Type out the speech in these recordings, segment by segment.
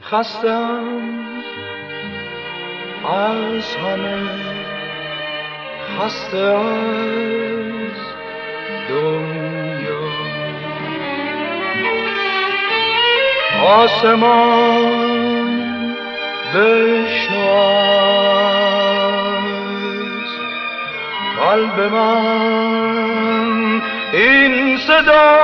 خستم از همه، خسته از دنیا. آسمان بشنو از قلب من این صدا.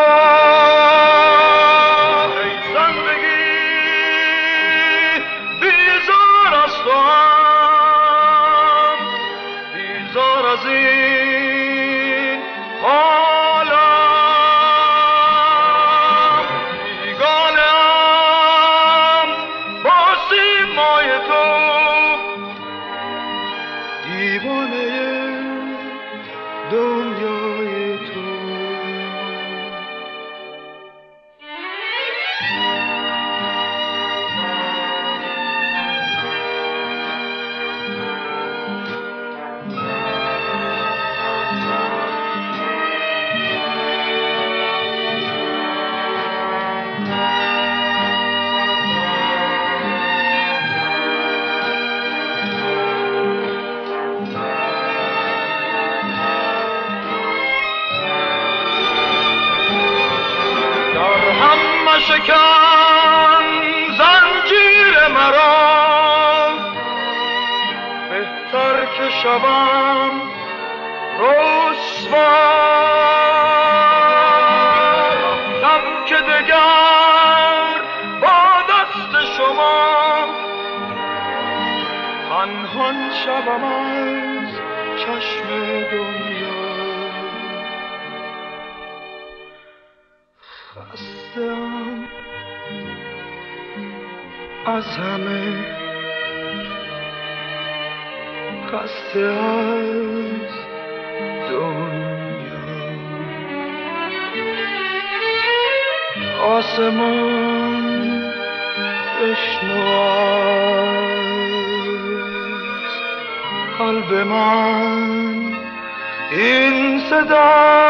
شکن زنجیر مرا، بهتر که شوم رسوا. رفتم که دگر با دست شما پنهان شوم از چشم دنیا. خسته‌ام از همه، خسته از دنیا. آسمان بشنو از قلب من این صدا.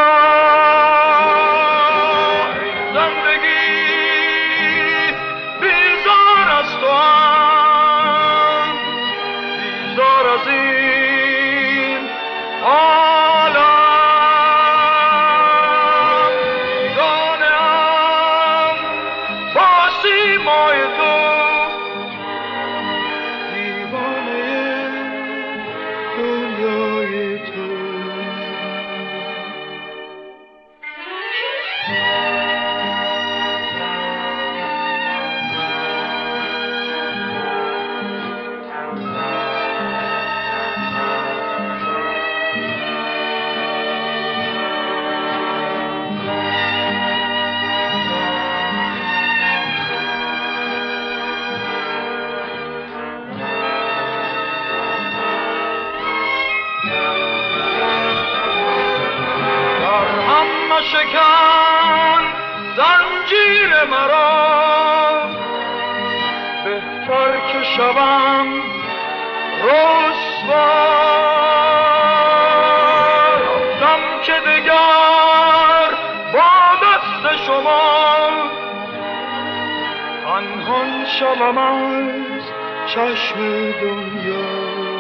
شکن زنجیر مرا، بهتر که شوم رسوا. رفتم که دگر با دست شما پنهان شوم از چشم دنیا.